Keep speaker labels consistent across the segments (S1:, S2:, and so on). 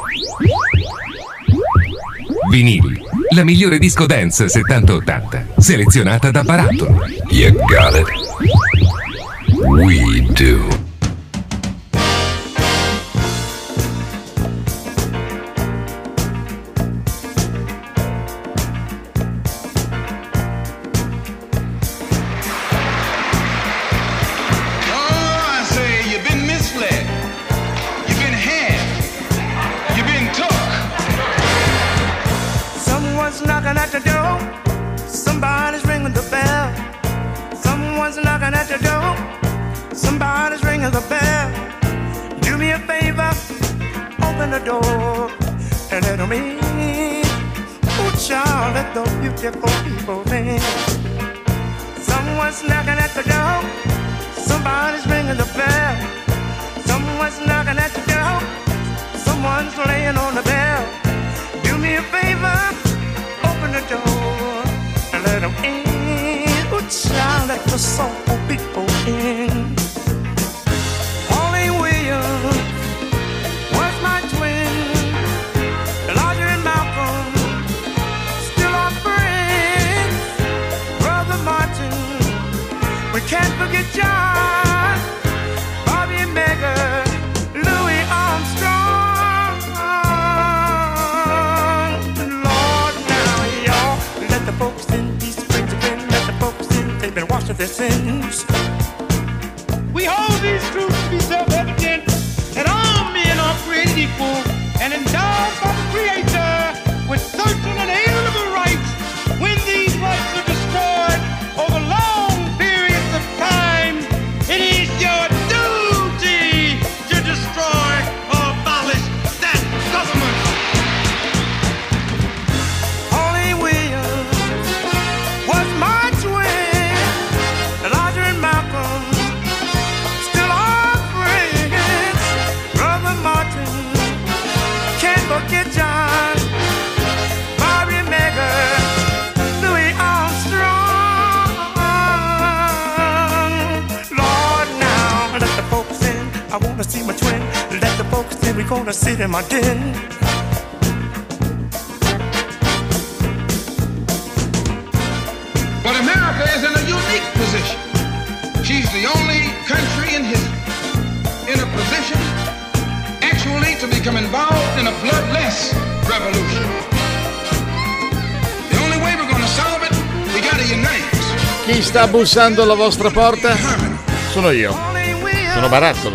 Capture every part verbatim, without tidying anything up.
S1: Vinili, la migliore disco dance settanta ottanta, selezionata da Barattolo.
S2: You got it. We do.
S3: Sit in my den.
S4: But America is in a unique position. She's the only country in history in a position actually to become involved in a bloodless revolution. The only way we're going to solve it, we got to unite.
S5: Chi sta bussando alla vostra porta? Sono io. Sono Barattolo.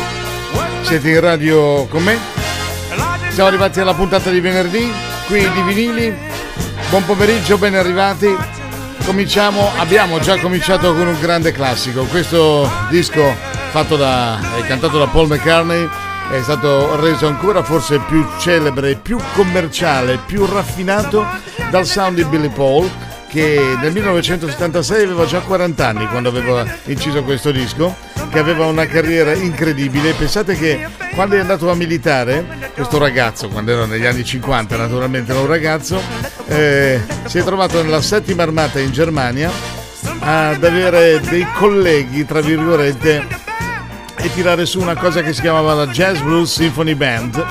S5: Siete in radio con me? Siamo arrivati alla puntata di venerdì, qui di Vinili. Buon pomeriggio, ben arrivati. Cominciamo, abbiamo già cominciato con un grande classico. Questo disco fatto da, è cantato da Paul McCartney, è stato reso ancora forse più celebre, più commerciale, più raffinato dal sound di Billy Paul, che nel millenovecentosettantasei aveva già quaranta anni quando aveva inciso questo disco, che aveva una carriera incredibile. Pensate che quando è andato a militare, questo ragazzo, quando era negli anni cinquanta, naturalmente era un ragazzo, eh, si è trovato nella settima armata in Germania ad avere dei colleghi, tra virgolette, e tirare su una cosa che si chiamava la Jazz Blues Symphony Band.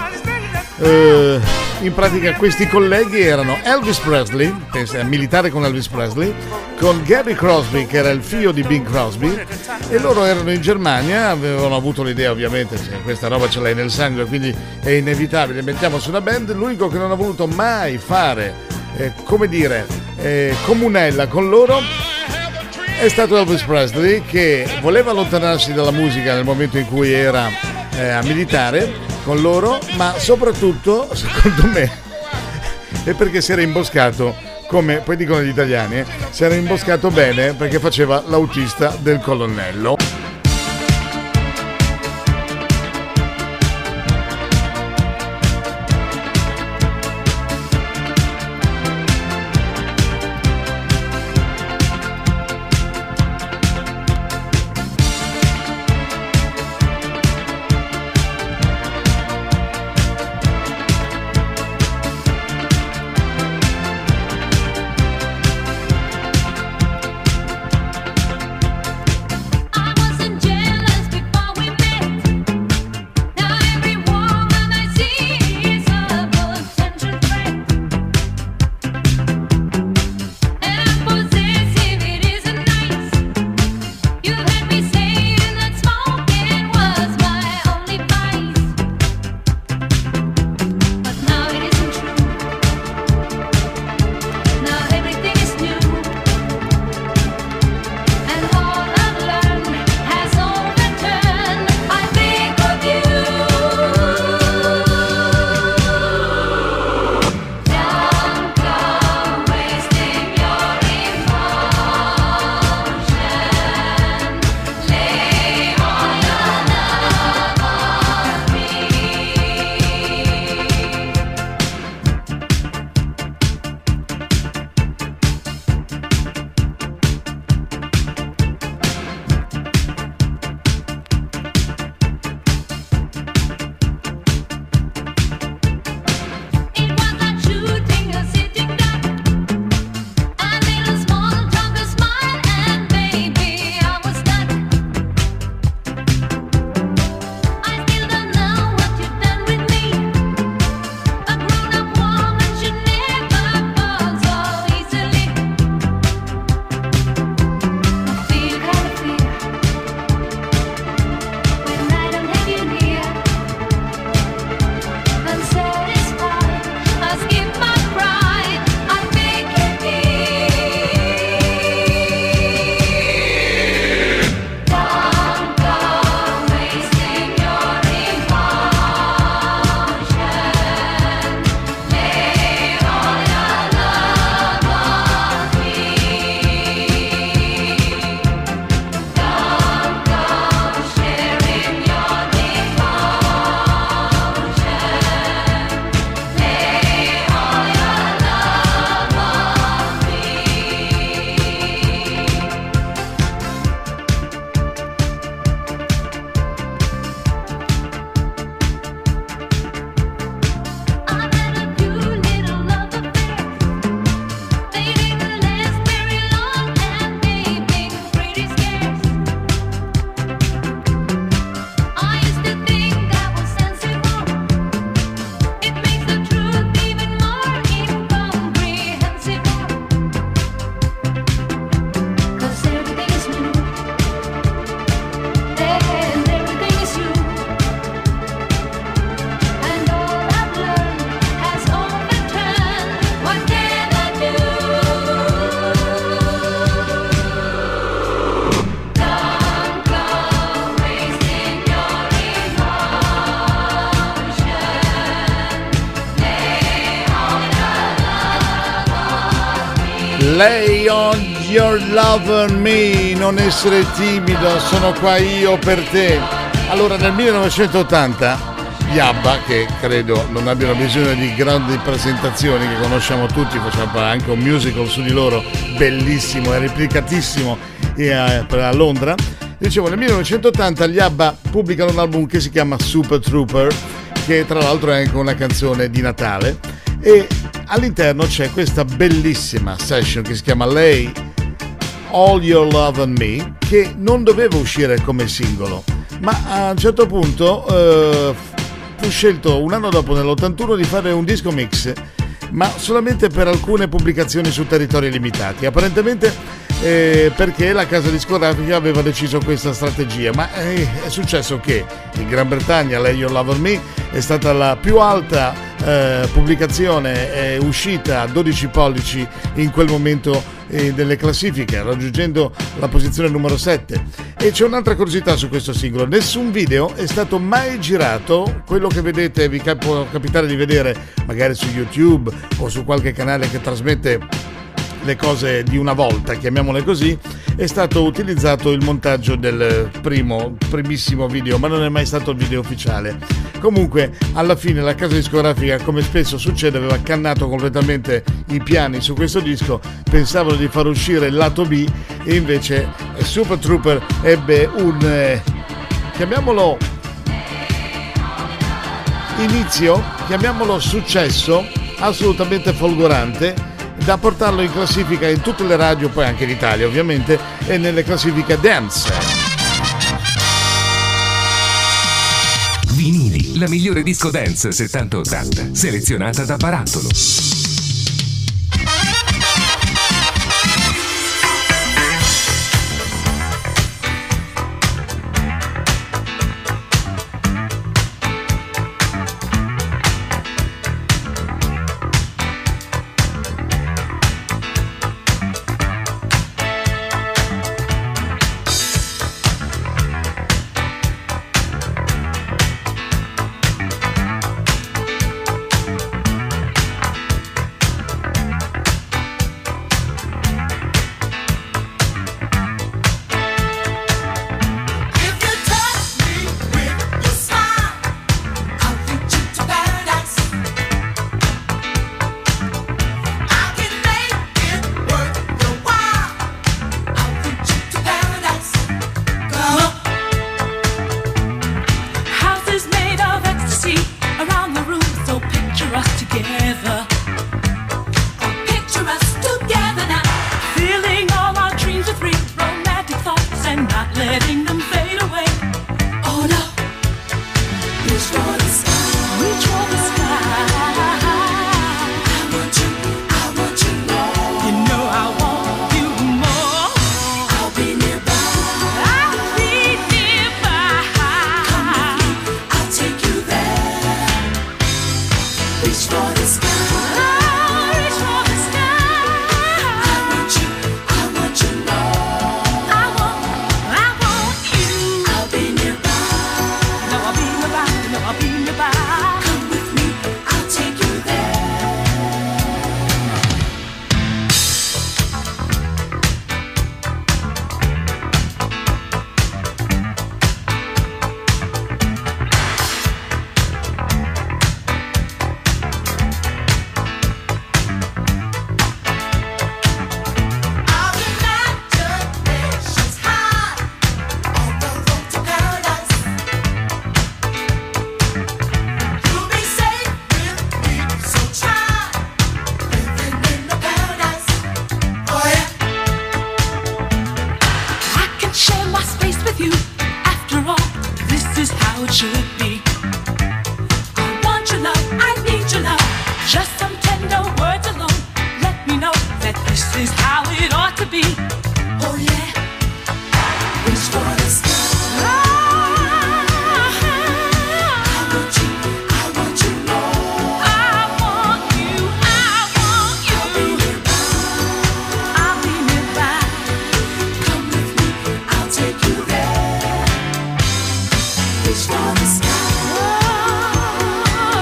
S5: Eh, in pratica questi colleghi erano Elvis Presley, pensa, militare con Elvis Presley, con Gary Crosby, che era il figlio di Bing Crosby, e loro erano in Germania, avevano avuto l'idea, ovviamente, cioè, questa roba ce l'hai nel sangue, quindi è inevitabile, mettiamo su una band. L'unico che non ha voluto mai fare, eh, come dire, eh, comunella con loro è stato Elvis Presley, che voleva allontanarsi dalla musica nel momento in cui era eh, a militare con loro, ma soprattutto, secondo me, è perché si era imboscato, come poi dicono gli italiani, eh, si era imboscato bene perché faceva l'autista del colonnello.
S6: I was
S5: Lay on your love on me, non essere timido, sono qua io per te. Allora, nel millenovecentottanta gli ABBA, che credo non abbiano bisogno di grandi presentazioni, che conosciamo tutti, facciamo anche un musical su di loro bellissimo e replicatissimo a Londra. Dicevo, nel millenovecentottanta gli ABBA pubblicano un album che si chiama Super Trooper, che tra l'altro è anche una canzone di Natale, e all'interno c'è questa bellissima session che si chiama Lay All Your Love on Me, che non doveva uscire come singolo, ma a un certo punto eh, fu scelto un anno dopo, nell'ottantuno, di fare un disco mix, ma solamente per alcune pubblicazioni su territori limitati, apparentemente eh, perché la casa discografica aveva deciso questa strategia. Ma eh, è successo che in Gran Bretagna Lay Your Love on Me è stata la più alta eh, pubblicazione, è uscita a dodici pollici in quel momento eh, delle classifiche, raggiungendo la posizione numero sette. E c'è un'altra curiosità su questo singolo: nessun video è stato mai girato. Quello che vedete, vi può capitare di vedere magari su YouTube o su qualche canale che trasmette le cose di una volta, chiamiamole così, è stato utilizzato il montaggio del primo primissimo video, ma non è mai stato il video ufficiale. Comunque alla fine la casa discografica, come spesso succede, aveva cannato completamente i piani su questo disco, pensavano di far uscire il lato B e invece Super Trooper ebbe un eh, chiamiamolo inizio, chiamiamolo successo assolutamente folgorante, da portarlo in classifica in tutte le radio, poi anche in Italia ovviamente, e nelle classifiche dance.
S1: Vinili, la migliore disco dance settanta ottanta, selezionata da Barattolo.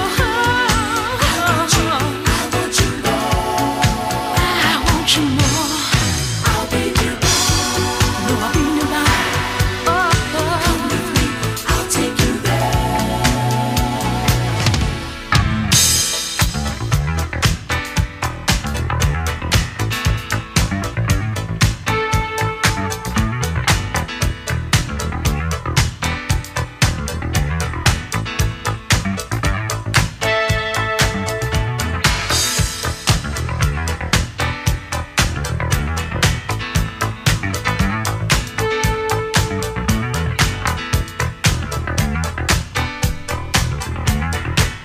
S3: I want you more.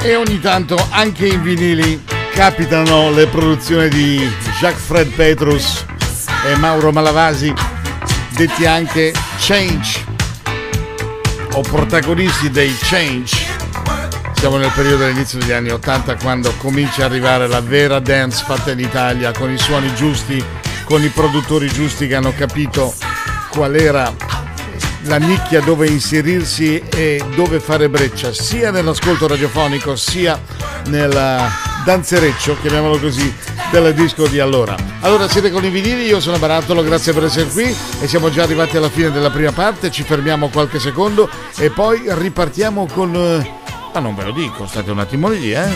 S5: E ogni tanto anche in vinili capitano le produzioni di Jacques-Fred Petrus e Mauro Malavasi, detti anche Change o protagonisti dei Change. Siamo nel periodo dell'inizio degli anni ottanta, quando comincia a arrivare la vera dance fatta in Italia, con i suoni giusti, con i produttori giusti che hanno capito qual era la nicchia dove inserirsi e dove fare breccia, sia nell'ascolto radiofonico sia nel danzereccio, chiamiamolo così, del disco di allora. Allora siete con i vinili, io sono Barattolo, grazie per essere qui e siamo già arrivati alla fine della prima parte, ci fermiamo qualche secondo e poi ripartiamo con... ma non ve lo dico, state un attimo lì, eh.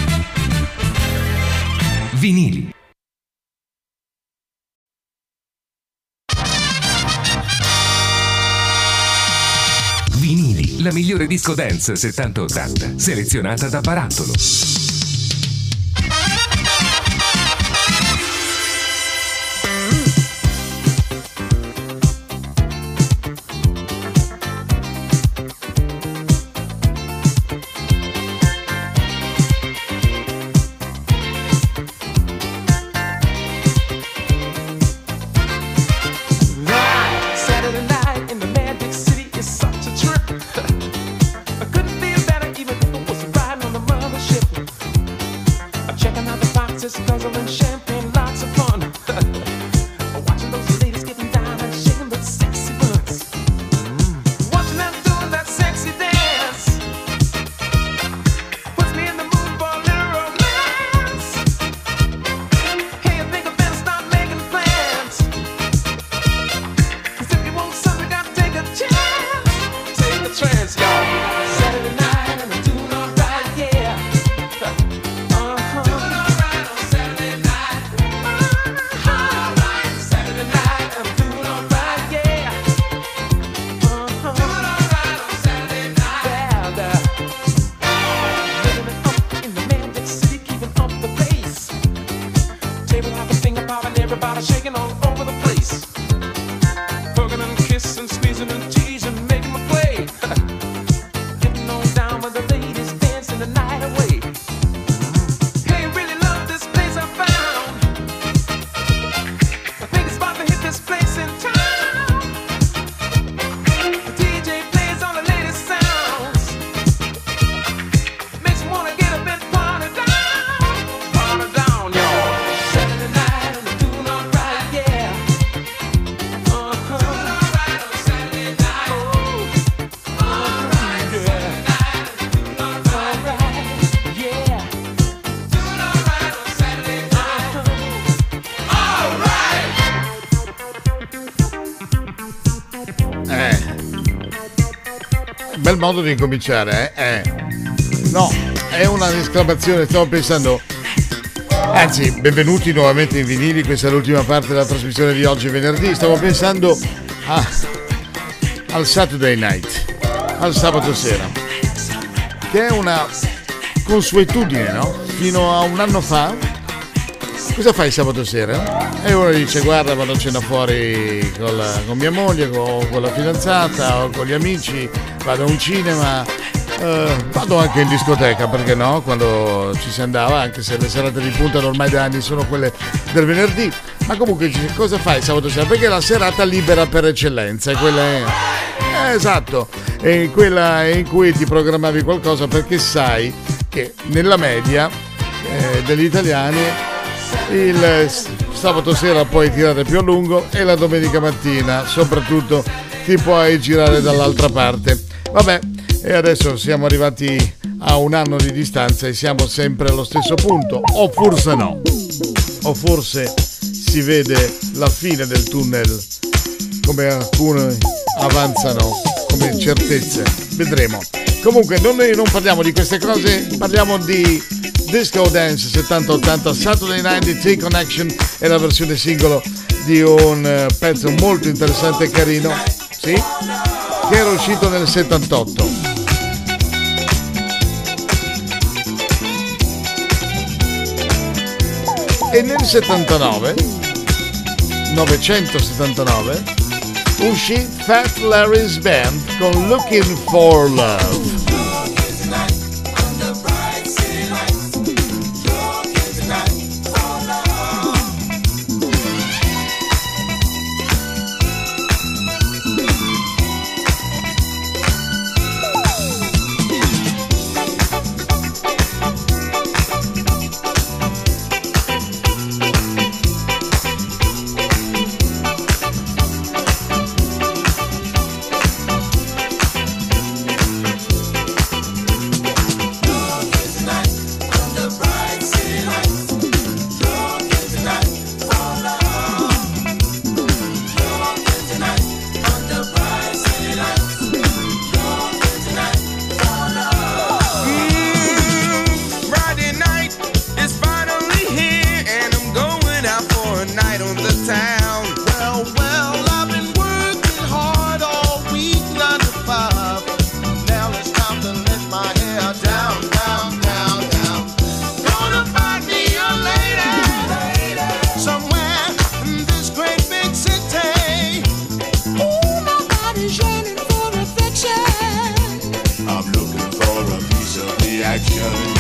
S1: Vinili. Vinili, la migliore disco dance settanta ottanta, selezionata da Barattolo.
S5: Bel modo di incominciare, eh? eh. No, è una esclamazione, stavo pensando. Anzi, benvenuti nuovamente in vinili, questa è l'ultima parte della trasmissione di oggi venerdì. Stavo pensando a, al Saturday Night, al sabato sera, che è una consuetudine, no? Fino a un anno fa, cosa fai sabato sera? E uno dice: guarda, vado a cena fuori con, la, con mia moglie, con, con la fidanzata o con gli amici, vado a un cinema, eh, vado anche in discoteca, perché no? Quando ci si andava, anche se le serate di punta ormai da anni sono quelle del venerdì. Ma comunque cosa fai sabato sera? Perché è la serata libera per eccellenza, è quella è, eh, esatto, è quella in cui ti programmavi qualcosa, perché sai che nella media eh, degli italiani il sabato sera puoi tirare più a lungo e la domenica mattina soprattutto ti puoi girare dall'altra parte. Vabbè, e adesso siamo arrivati a un anno di distanza e siamo sempre allo stesso punto, o forse no, o forse si vede la fine del tunnel, come alcuni avanzano come certezze, vedremo. Comunque non, noi non parliamo di queste cose, parliamo di Disco Dance settanta ottanta. Saturday Night di T-Connection è la versione singolo di un pezzo molto interessante e carino, sì, che era uscito nel settantotto. E nel settantanove, novecentosettantanove, uscì Fat Larry's Band con Looking for Love.
S3: I'm looking for a piece of the action.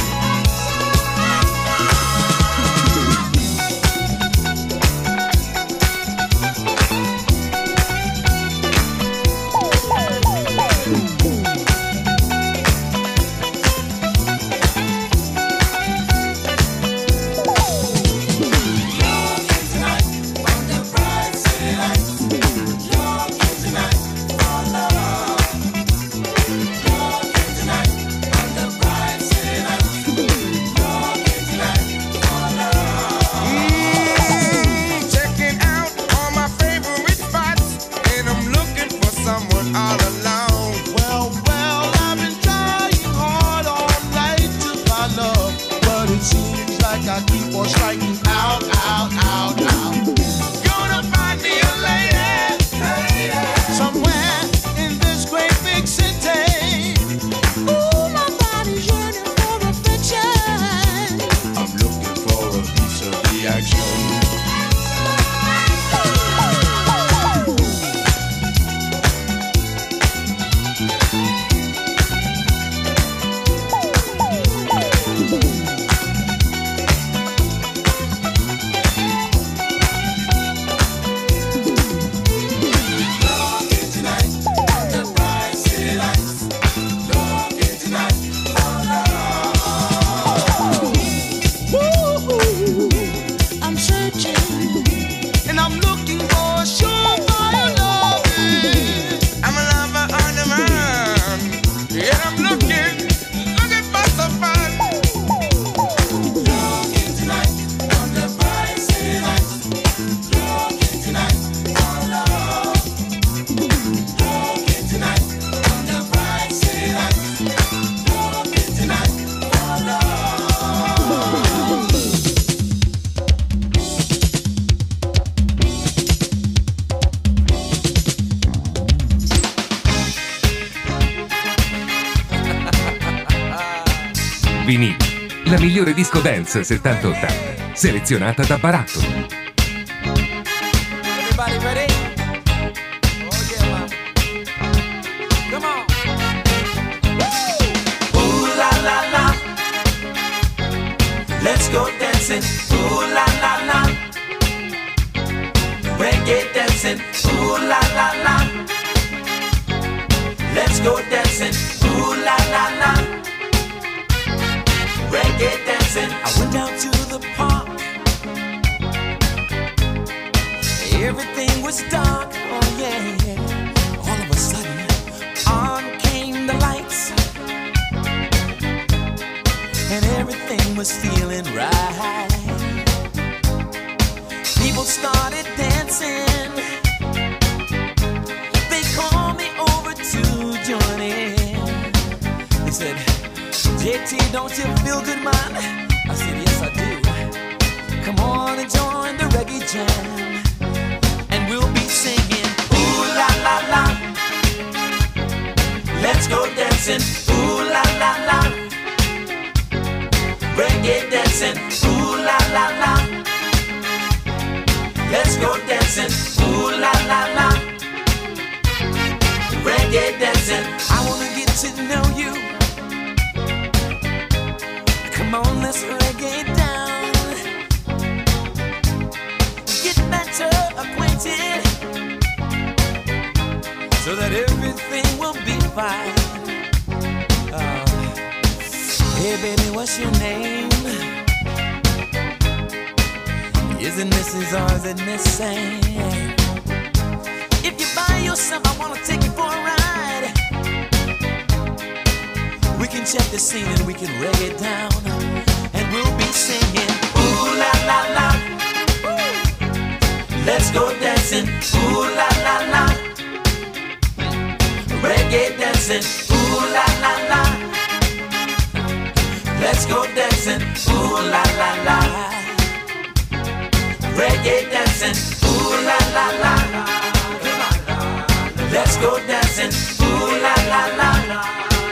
S1: Vinili, la migliore disco dance settanta ottanta, selezionata da Barattolo.
S6: Everybody ready? Oh yeah, man. Come on. Ooh la la la. Let's go dancing. Ooh la la la. Reggae dancing. Ooh la la la. Let's go dancing. Ooh la la la. Reggae dancing. I went down to the park. Everything was dark, oh yeah. All of a sudden, on came the lights, and everything was feeling right. People started dancing. They called me over to join in. They said, J T, don't you feel good, man? I said, yes, I do. Come on and join the reggae jam, and we'll be singing, ooh la la la. Let's go dancing, ooh la la la. Reggae dancing, ooh la la la. Let's go dancing, ooh la la la. Reggae dancing. I wanna get to know you. Come on, let's reggae down. Get better acquainted, so that everything will be fine. Uh, hey baby, what's your name? Isn't Missus or is it Miss Sam? If you're by yourself, I wanna take you for a ride. We can check the scene and we can reggae down, and we'll be singing, ooh la la la. Let's go dancing, ooh la la la. Reggae dancing, ooh la la la. Let's go dancing, ooh la la la. Reggae dancing, ooh la la la. Let's go dancing, ooh la la la.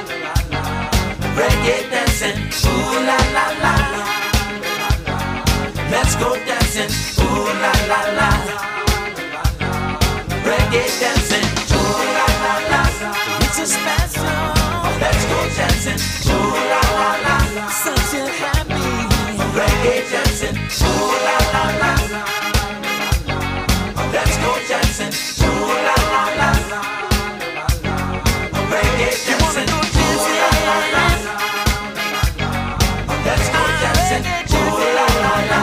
S6: Reggae dancing, ooh la la la. Let's go dancing, ooh la la la. Reggae dancing, ooh la la la. It's a special. Let's go reggae dancing, ooh la la la. Let's go dancing, ooh la la la. Reggae dancing, ooh la la la. Let's go dancing, ooh la la la.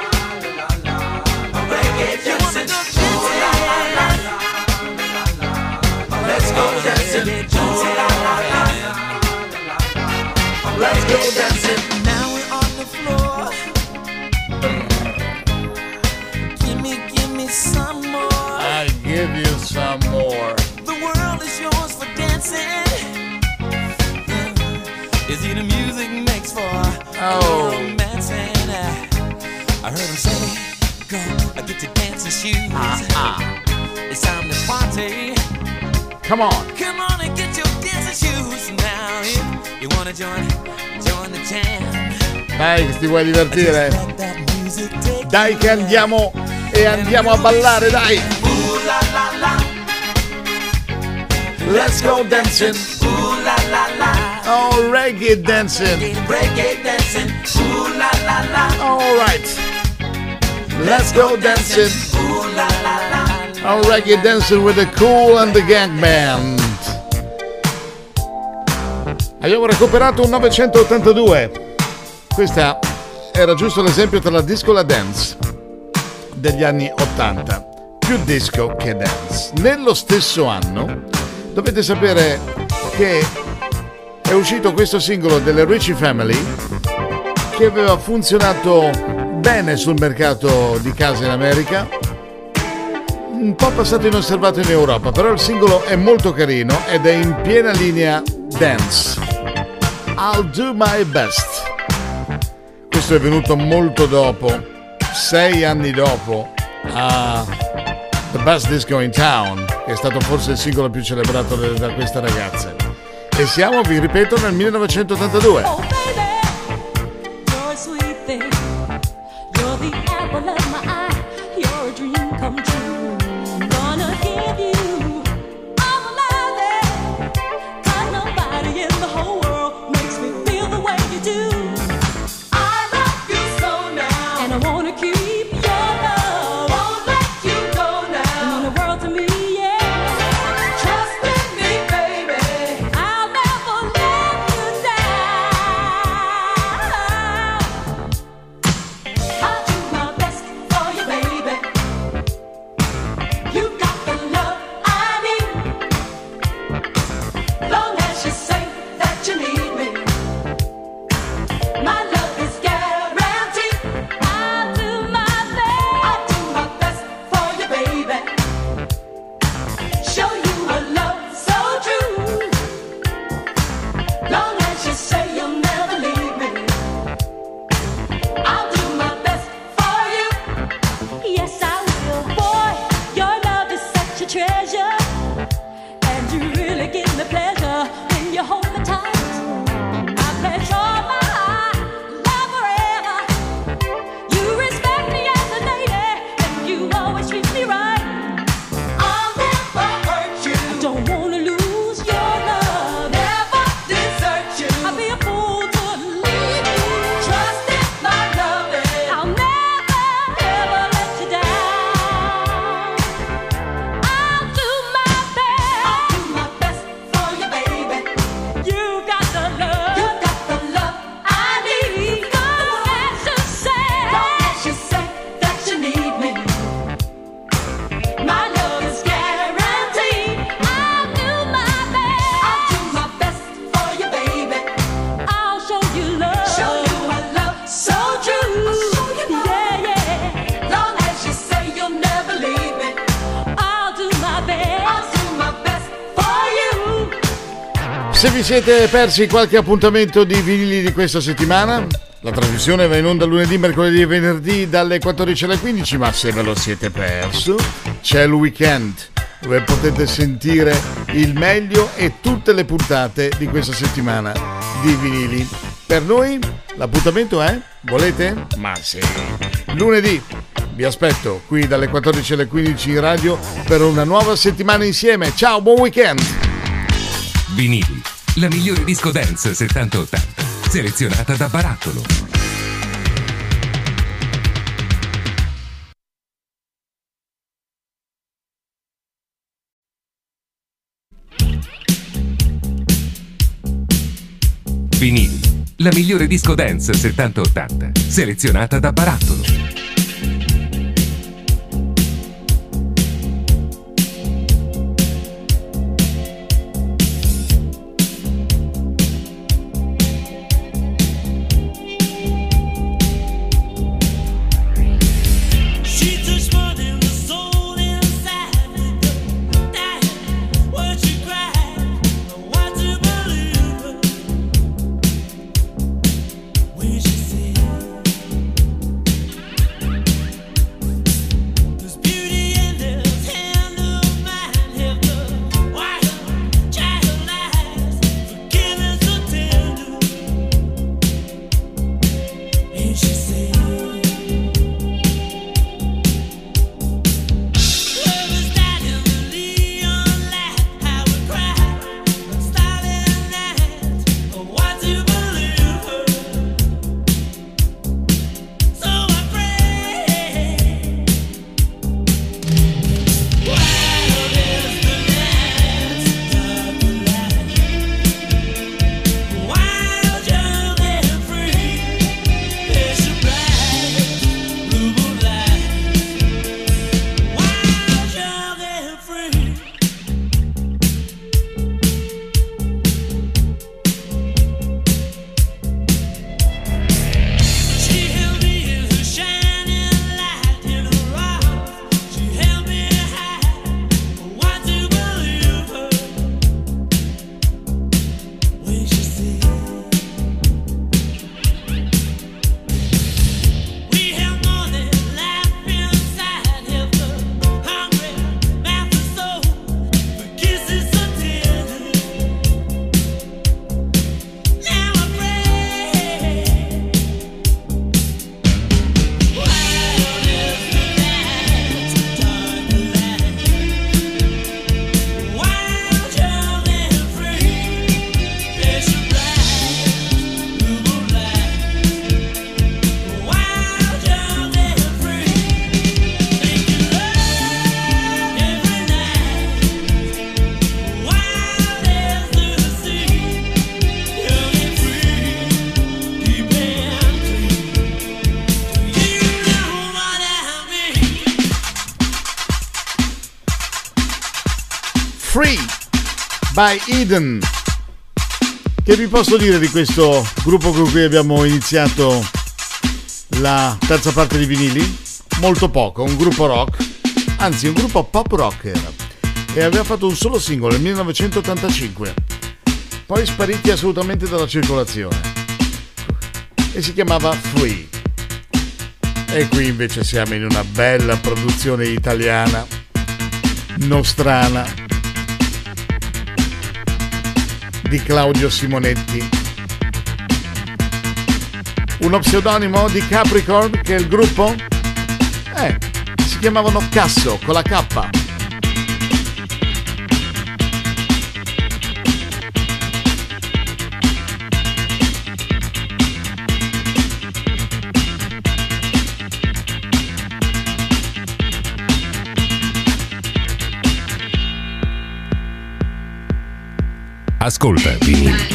S6: Reggae dancing, ooh la la la. Let's go dancing, ooh la la la. Let's go dancing. Now we're on the floor. Give me, give me some more.
S5: I give you some more.
S6: The world is yours for dancing. Is it the music makes for
S5: Oh.
S6: romancing? I heard him say, "Go, get your dancing shoes.
S5: Uh-uh.
S6: It's time to party.
S5: Come on.
S6: Come on and get your dancing shoes now. If you wanna join, join the jam.
S5: Dai, che ti vuoi divertire?
S6: Let that music take
S5: Dai che andiamo e andiamo a ballare, dai.
S6: ooh la la la.
S5: Let's go dancing.
S6: Ooh la la la.
S5: Oh, reggae dancing.
S6: Reggae dancing. Ooh la la la.
S5: All right. Let's go dancing.
S6: Ooh la la la.
S5: Oh, reggae dancing with the Kool and the Gang Band. Abbiamo recuperato un novecentottantadue. Questa era giusto l'esempio tra la disco e la dance degli anni ottanta. Più disco che dance. Nello stesso anno dovete sapere che è uscito questo singolo delle Richie Family che aveva funzionato bene sul mercato di casa in America, un po' passato inosservato in Europa, però il singolo è molto carino ed è in piena linea dance. I'll do my best. Questo è venuto molto dopo, sei anni dopo, a The Best Disco in Town, che è stato forse il singolo più celebrato da questa ragazza. E siamo, vi ripeto, nel millenovecentottantadue.
S7: Oh baby, you're a sweet thing. You're the apple of my eye. You're a dream come true. Gonna give you all the love, 'cause nobody in the whole world makes me feel the way you do. I love you so now, and I wanna keep your love. Won't let you go now. You mean the world to me, yeah. Trust in me, baby. I'll never let you down. I'll do my best for you, baby. You got the love I need. Long as you say that you need me, my love is guaranteed. I'll do my best. I'll do my best for you, baby. Show you a love so true. Long as you say you'll never leave me, I'll do my best for you. Yes, I will. Boy, your love is such a treasure, and you really give me pleasure when you hold me tight. I pledge all my heart, love forever. You respect me as a lady, and you always treat me right. I'll never hurt you. I don't wanna lose your love. Never desert you. I'll be a fool to leave you. Trust in my love. I'll never ever let you down. I'll do my best. I'll do my best for you, baby. You got the love. You got the love I need. Long as you say, long as you say that you need me, my love is guaranteed. I'll do my best. I'll do my best for you, baby. I'll show you love. Show you a love so true. Yeah, yeah. Long as you say you'll never leave me, I'll do my best. I'll do my best for you.
S5: Se vi siete persi qualche appuntamento di vinili di questa settimana, la trasmissione va in onda lunedì, mercoledì e venerdì dalle quattordici alle quindici, ma se ve lo siete perso c'è il weekend dove potete sentire il meglio e tutte le puntate di questa settimana di vinili. Per noi l'appuntamento è, volete? Ma sì, lunedì. Vi aspetto qui dalle quattordici alle quindici in radio per una nuova settimana insieme. Ciao, buon weekend!
S1: Vinili, la migliore disco dance settanta ottanta, selezionata da Barattolo. Vinili, la migliore disco dance settanta ottanta, selezionata da Barattolo.
S5: Free by Eden. Che vi posso dire di questo gruppo con cui abbiamo iniziato la terza parte di vinili? Molto poco, un gruppo rock, anzi un gruppo pop rock era, e aveva fatto un solo singolo nel millenovecentottantacinque, poi spariti assolutamente dalla circolazione, e si chiamava Free. E qui invece siamo in una bella produzione italiana, nostrana, di Claudio Simonetti, uno pseudonimo di Capricorn, che è il gruppo? Eh, si chiamavano Casso con la K.
S1: Ascolta vinili.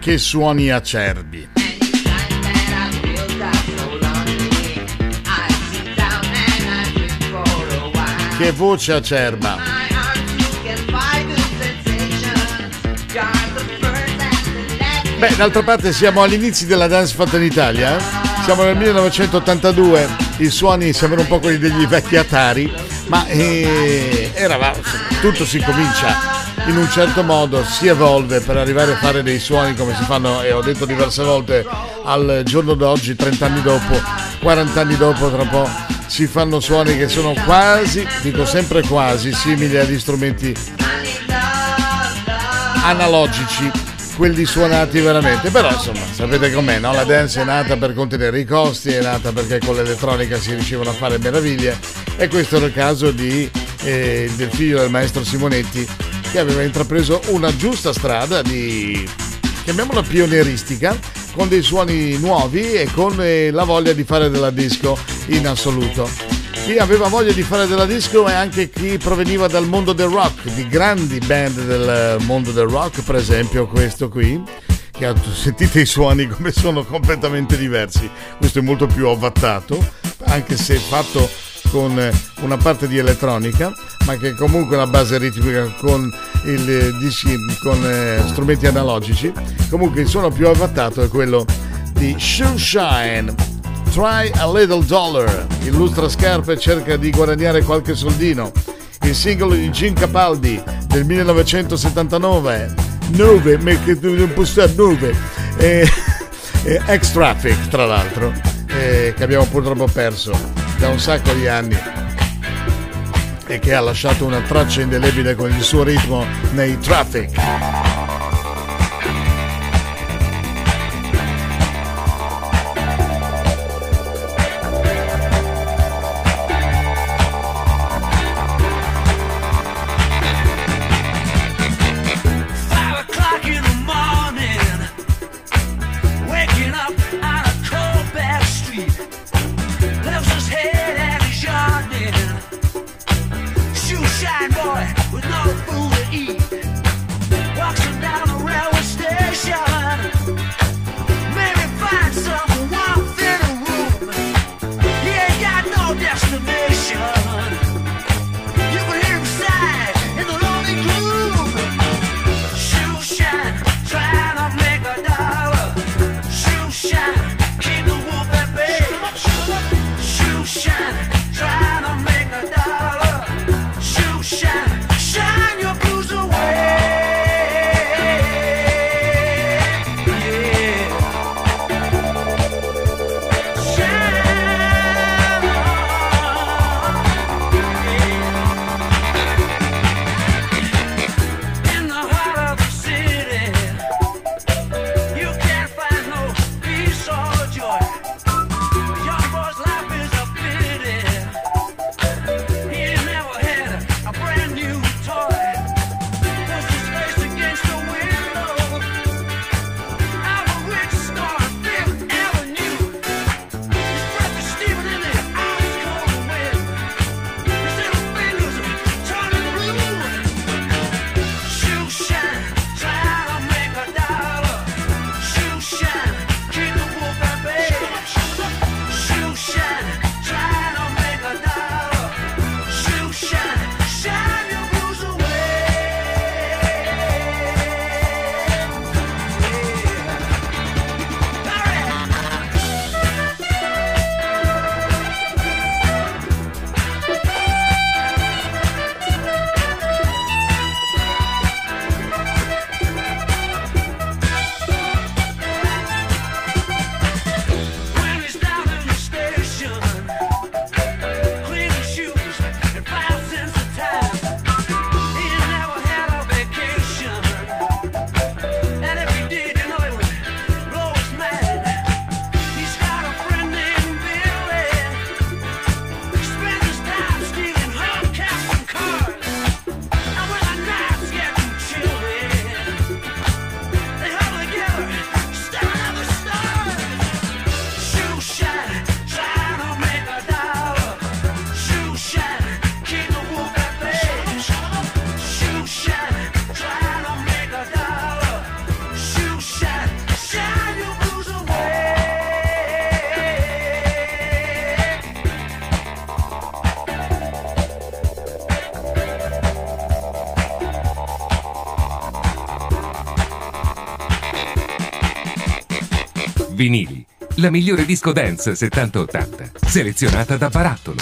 S5: che suoni acerbi. Che voce acerba. Beh, d'altra parte siamo agli inizi della dance fatta in Italia, eh? Siamo nel millenovecentottantadue, i suoni sembrano un po' quelli degli vecchi Atari, ma eh, era, tutto si comincia in un certo modo, si evolve per arrivare a fare dei suoni come si fanno, e ho detto diverse volte, al giorno d'oggi, trenta anni dopo, quaranta anni dopo, tra un po' si fanno suoni che sono quasi, dico sempre quasi, simili agli strumenti analogici, quelli suonati veramente. Però insomma, sapete com'è, no? La dance è nata per contenere i costi, è nata perché con l'elettronica si riuscivano a fare meraviglie, e questo era il caso di, eh, del figlio del maestro Simonetti, che aveva intrapreso una giusta strada di, chiamiamola pionieristica, con dei suoni nuovi e con eh, la voglia di fare della disco in assoluto. Chi aveva voglia di fare della disco è anche chi proveniva dal mondo del rock, di grandi band del mondo del rock, per esempio questo qui, che sentite i suoni come sono completamente diversi. Questo è molto più ovattato, anche se fatto con una parte di elettronica, ma che comunque una base ritmica con il dischi, con eh, strumenti analogici. Comunque il suono più avattato è quello di Shoe Shine, Try a Little Dollar. Illustra scarpe e cerca di guadagnare qualche soldino. Il singolo di Jim Capaldi del millenovecentosettantanove, nove, ma che non può stare nove, e, e X-Traffic tra l'altro, e che abbiamo purtroppo perso da un sacco di anni e che ha lasciato una traccia indelebile con il suo ritmo nei Traffic.
S6: Shine boy with no food to eat. Walks
S1: Vinili, la migliore disco dance settanta ottanta, selezionata da Barattolo.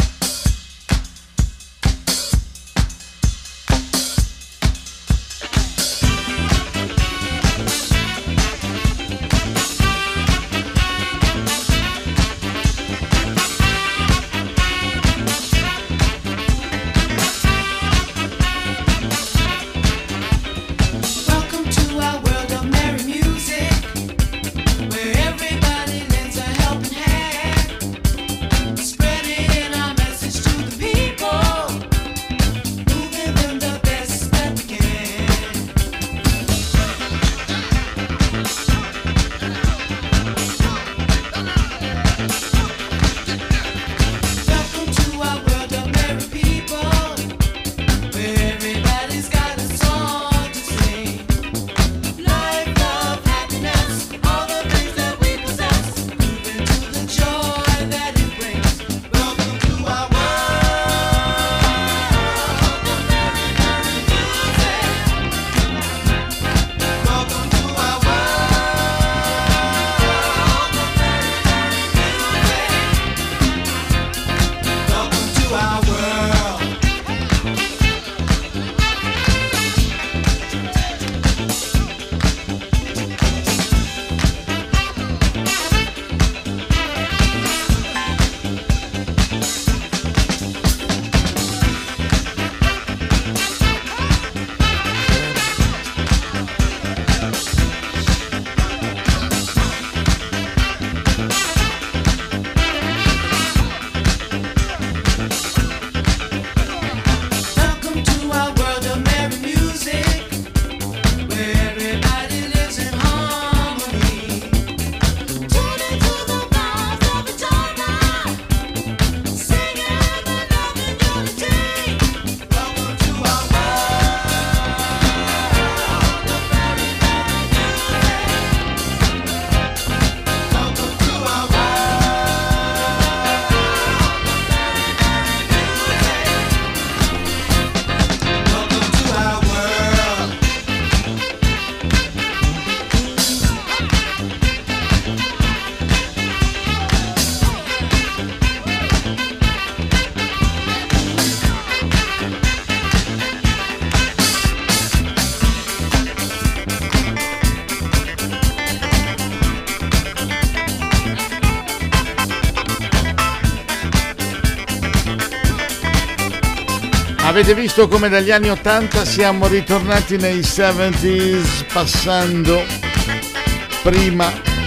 S5: Avete visto come dagli anni ottanta siamo ritornati nei settanta, passando prima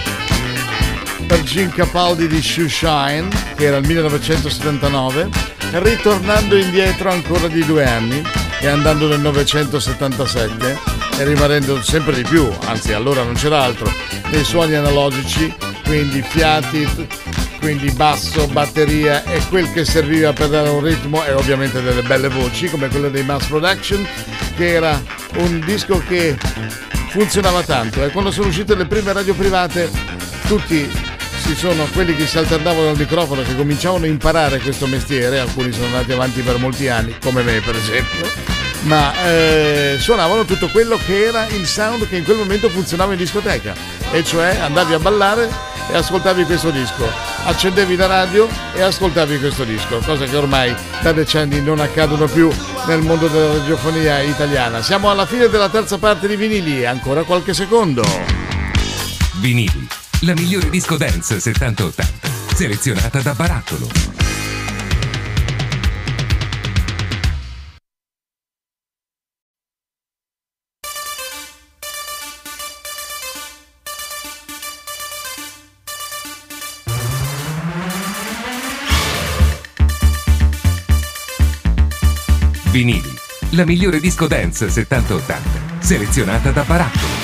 S5: per Gene Capaldi di Shoe Shine, che era il millenovecentosettantanove, ritornando indietro ancora di due anni e andando nel novecentosettantasette e rimanendo sempre di più, anzi allora non c'era altro, dei suoni analogici, quindi fiati, quindi basso, batteria e quel che serviva per dare un ritmo, e ovviamente delle belle voci come quelle dei Mass Production, che era un disco che funzionava tanto. E quando sono uscite le prime radio private, tutti si sono quelli che si alternavano al microfono, che cominciavano a imparare questo mestiere, alcuni sono andati avanti per molti anni, come me per esempio, ma eh, suonavano tutto quello che era il sound che in quel momento funzionava in discoteca, e cioè andavi a ballare e ascoltavi questo disco, accendevi la radio e ascoltavi questo disco, cosa che ormai da decenni non accadono più nel mondo della radiofonia italiana. Siamo alla fine della terza parte di Vinili, ancora qualche secondo.
S1: Vinili, la migliore disco dance settanta ottanta, selezionata da Barattolo. Vinili, la migliore disco dance settanta ottanta, selezionata da Barattolo.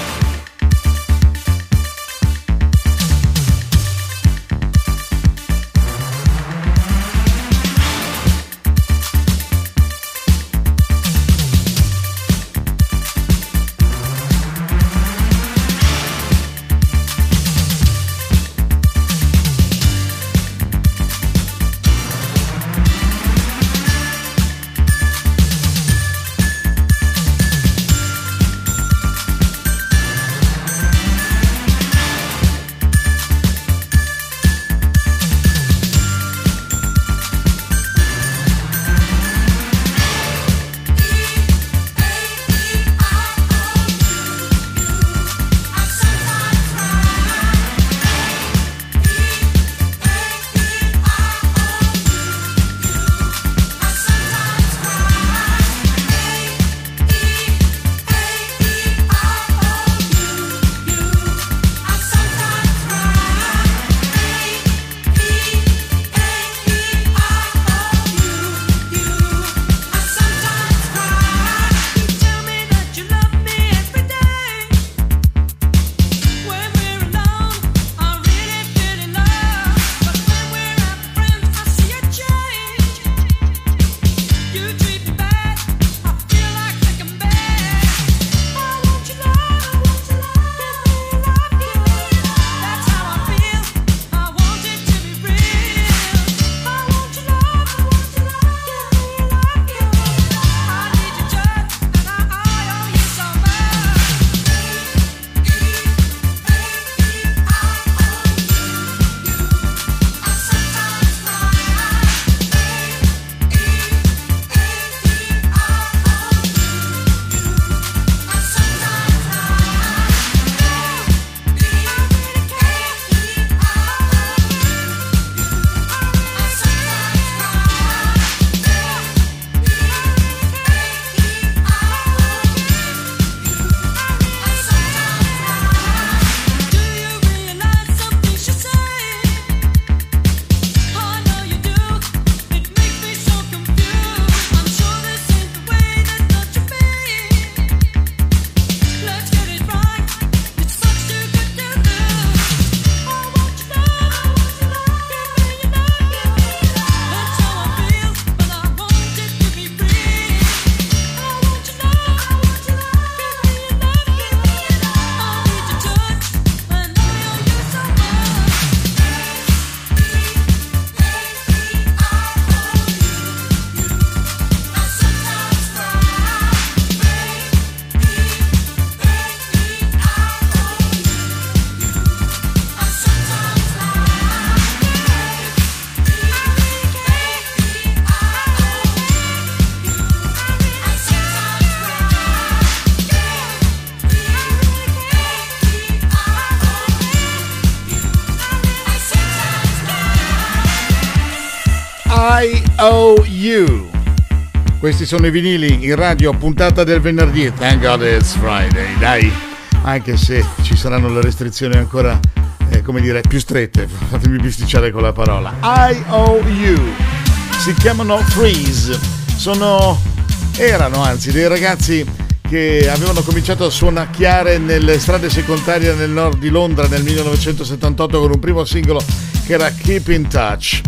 S5: I O U. Questi sono i vinili in radio, puntata del venerdì. Thank God it's Friday, dai. Anche se ci saranno le restrizioni ancora, eh, come dire, più strette. Fatemi bisticciare con la parola. I O U. Si chiamano Freeze. Sono, erano anzi, dei ragazzi che avevano cominciato a suonacchiare nelle strade secondarie nel nord di Londra nel millenovecentosettantotto con un primo singolo che era Keep in Touch,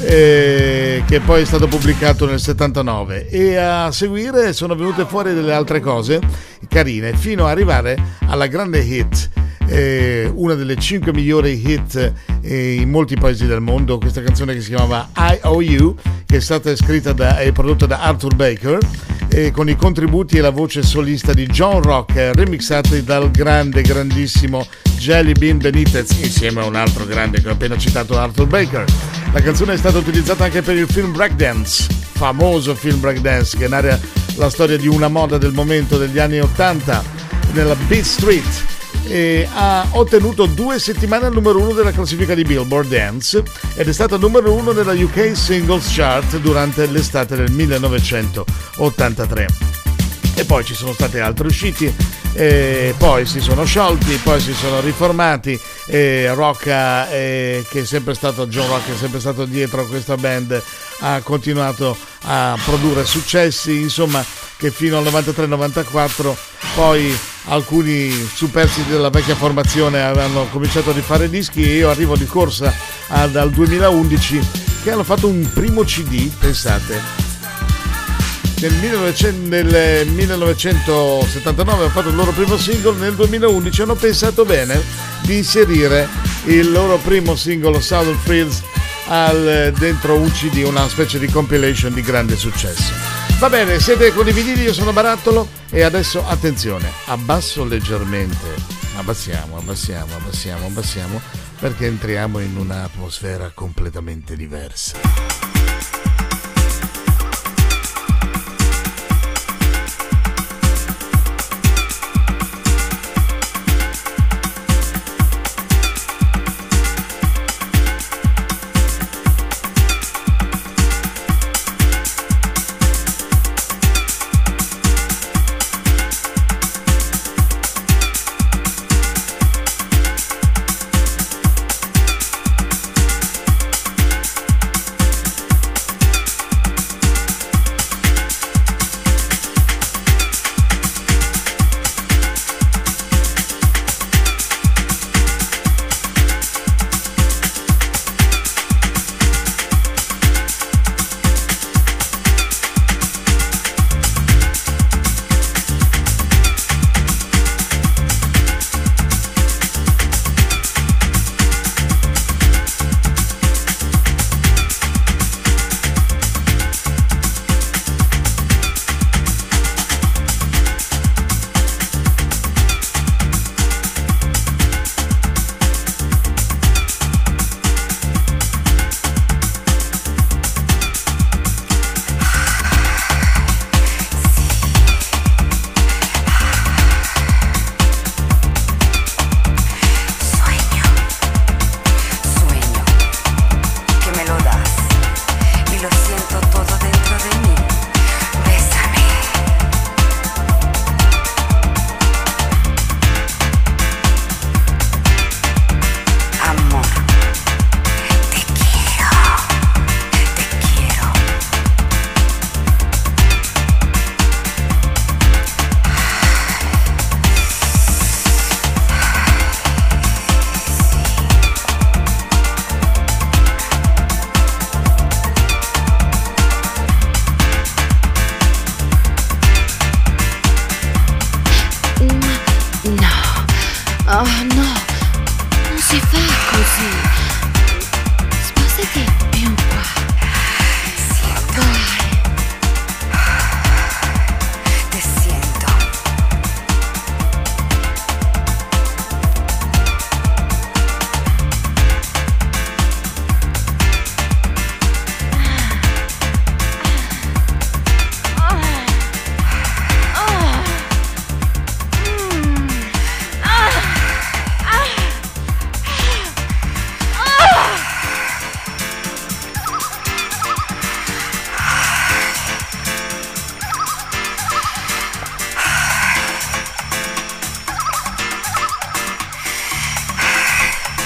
S5: eh, che poi è stato pubblicato nel settantanove, e a seguire sono venute fuori delle altre cose carine fino ad arrivare alla grande hit, eh, una delle cinque migliori hit eh, in molti paesi del mondo, questa canzone che si chiamava I O U, che è stata scritta da, e prodotta da Arthur Baker, e con i contributi e la voce solista di John Rock, remixati dal grande, grandissimo Jelly Bean Benitez, insieme a un altro grande che ho appena citato, Arthur Baker. La canzone è stata utilizzata anche per il film Breakdance, famoso film Breakdance, che narra la storia di una moda del momento degli anni ottanta nella Beat Street, e ha ottenuto due settimane al numero uno della classifica di Billboard Dance ed è stata numero uno nella U K Singles Chart durante l'estate del millenovecentottantatré. E poi ci sono stati altri usciti, e poi si sono sciolti, poi si sono riformati, e Rocca, eh, che è sempre stato John Rock, è sempre stato dietro a questa band, ha continuato a produrre successi, insomma, che fino al novantatré novantaquattro poi alcuni superstiti della vecchia formazione avevano cominciato a rifare dischi, e io arrivo di corsa ad, al duemilaundici, che hanno fatto un primo C D, pensate. Nel, millenovecento, nel millenovecentosettantanove hanno fatto il loro primo singolo, nel duemilaundici hanno pensato bene di inserire il loro primo singolo Southern Fields al, dentro un C D, una specie di compilation di grande successo. Va bene, siete con i vinili, io sono Barattolo e adesso attenzione, abbasso leggermente, abbassiamo, abbassiamo, abbassiamo, abbassiamo, perché entriamo in un'atmosfera completamente diversa.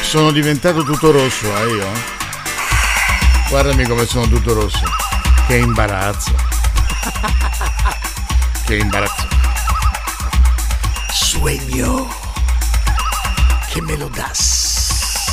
S5: Sono diventato tutto rosso, eh io. Guardami come sono tutto rosso. Che imbarazzo. Che imbarazzo. Sueño che me lo das.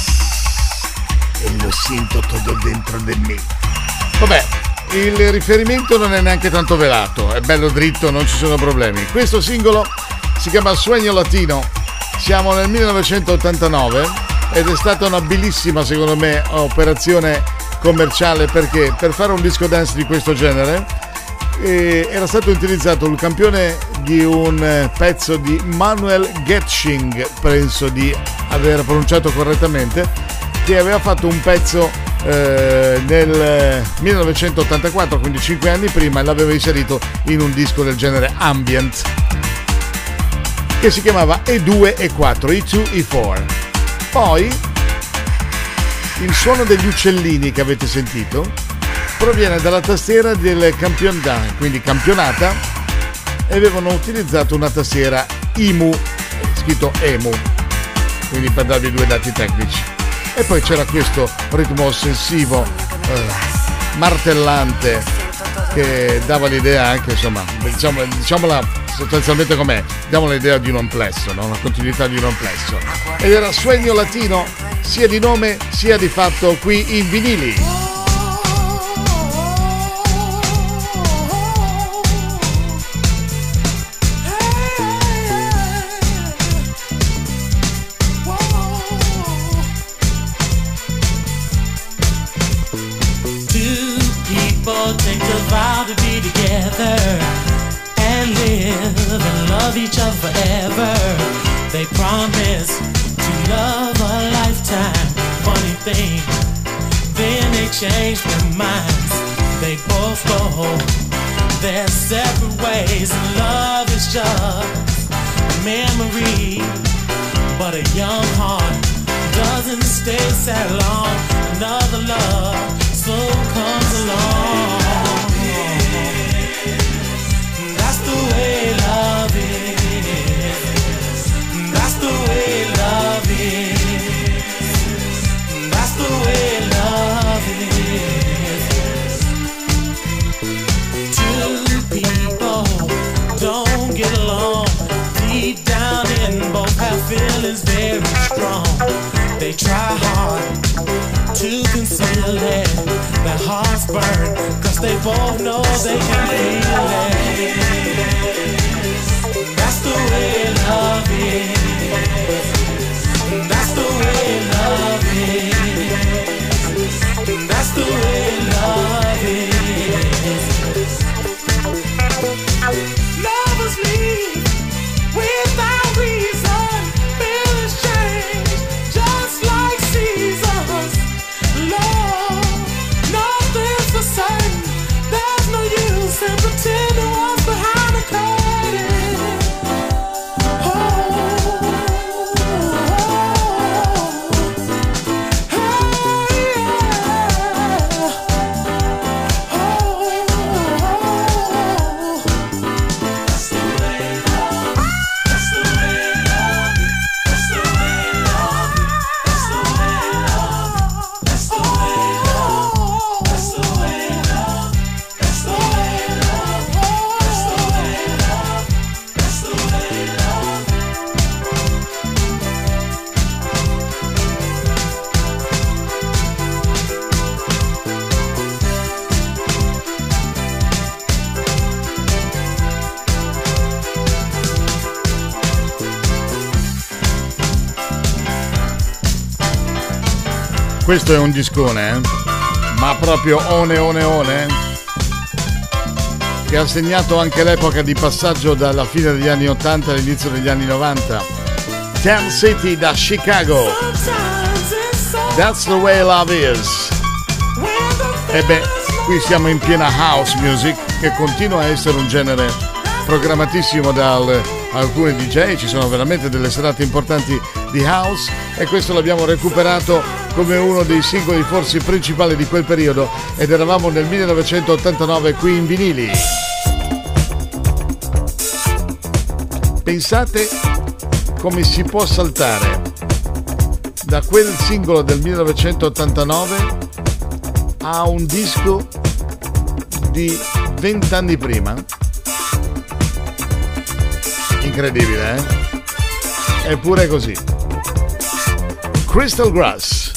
S5: E lo sento tutto dentro di me. Vabbè, il riferimento non è neanche tanto velato, è bello dritto, non ci sono problemi. Questo singolo si chiama Sueño Latino. Siamo nel millenovecentottantanove ed è stata una bellissima, secondo me, operazione commerciale, perché per fare un disco dance di questo genere eh, era stato utilizzato il campione di un eh, pezzo di Manuel Getsching, penso di aver pronunciato correttamente, che aveva fatto un pezzo eh, nel millenovecentottantaquattro, quindi cinque anni prima, e l'aveva inserito in un disco del genere ambient che si chiamava E due E quattro, E due E quattro. Poi il suono degli uccellini che avete sentito proviene dalla tastiera del campionata, quindi campionata, e avevano utilizzato una tastiera I M U, scritto E M U, quindi per darvi due dati tecnici. E poi c'era questo ritmo ossessivo, eh, martellante, che dava l'idea anche, insomma, diciamo, diciamola sostanzialmente com'è, diamo l'idea di un amplesso, no? Una continuità di un amplesso. Ed era Sueño Latino, sia di nome sia di fatto, qui in vinili.
S8: Take a vow to be together and live and love each other forever. They promise to love a lifetime. Funny thing, then they change their minds. They both go their separate ways. And love is just a memory, but a young heart doesn't stay sad long. Another love soon comes along. That's the way love is. That's the way love is. That's the way love is. Two people don't get along. Deep down in both have feelings very strong. They try hard to conceal it. Their hearts burn, cause they both know they can feel it. That's the way love is. That's the way love is. That's the way love is. Lovers leave without reason. Feelings change just like seasons. Love, nothing's the same. There's no use in pretending what's behind the curtain. Oh, oh, hey, yeah. Oh, that's the way love. That's the way love. That's the way love. That's the way love. That's the way love. That's the way love. That's the way love. That's the way love. That's the way love.
S5: Questo è un discone, eh? Ma proprio one one one, che ha segnato anche l'epoca di passaggio dalla fine degli anni ottanta all'inizio degli anni novanta. Ten City da Chicago. That's the way love is. E beh, qui siamo in piena house music, che continua a essere un genere programmatissimo da alcuni D J. Ci sono veramente delle serate importanti di house, e questo l'abbiamo recuperato come uno dei singoli forse principali di quel periodo, ed eravamo nel millenovecentottantanove qui in vinili. Pensate come si può saltare da quel singolo del millenovecentottantanove a un disco di vent'anni prima. Incredibile, eh? Eppure così. Crystal Grass,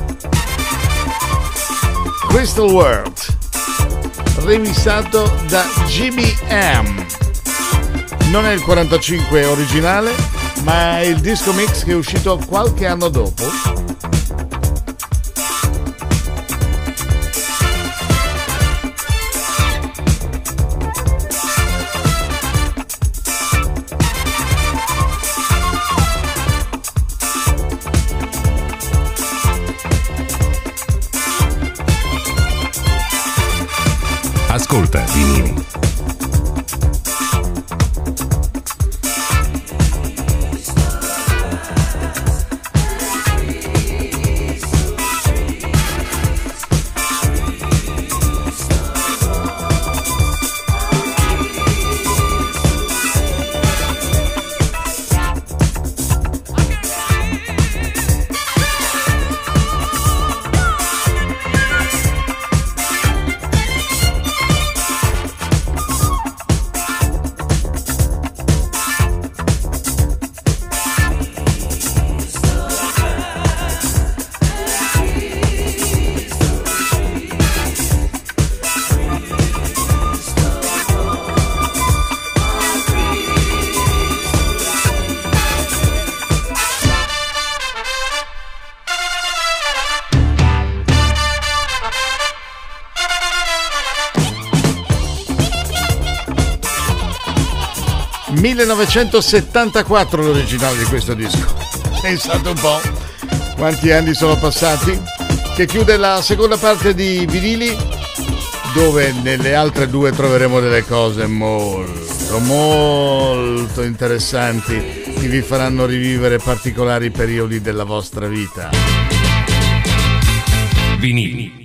S5: Crystal World, remixato da Jimmy M. Non è il quarantacinque originale, ma è il disco mix che è uscito qualche anno dopo.
S1: Ascolta vinili. millenovecentosettantaquattro l'originale di questo disco. Pensate un po' quanti anni sono passati, che chiude la seconda parte di vinili, dove nelle altre due troveremo delle cose molto molto interessanti che vi faranno rivivere particolari periodi della vostra vita. Vinili.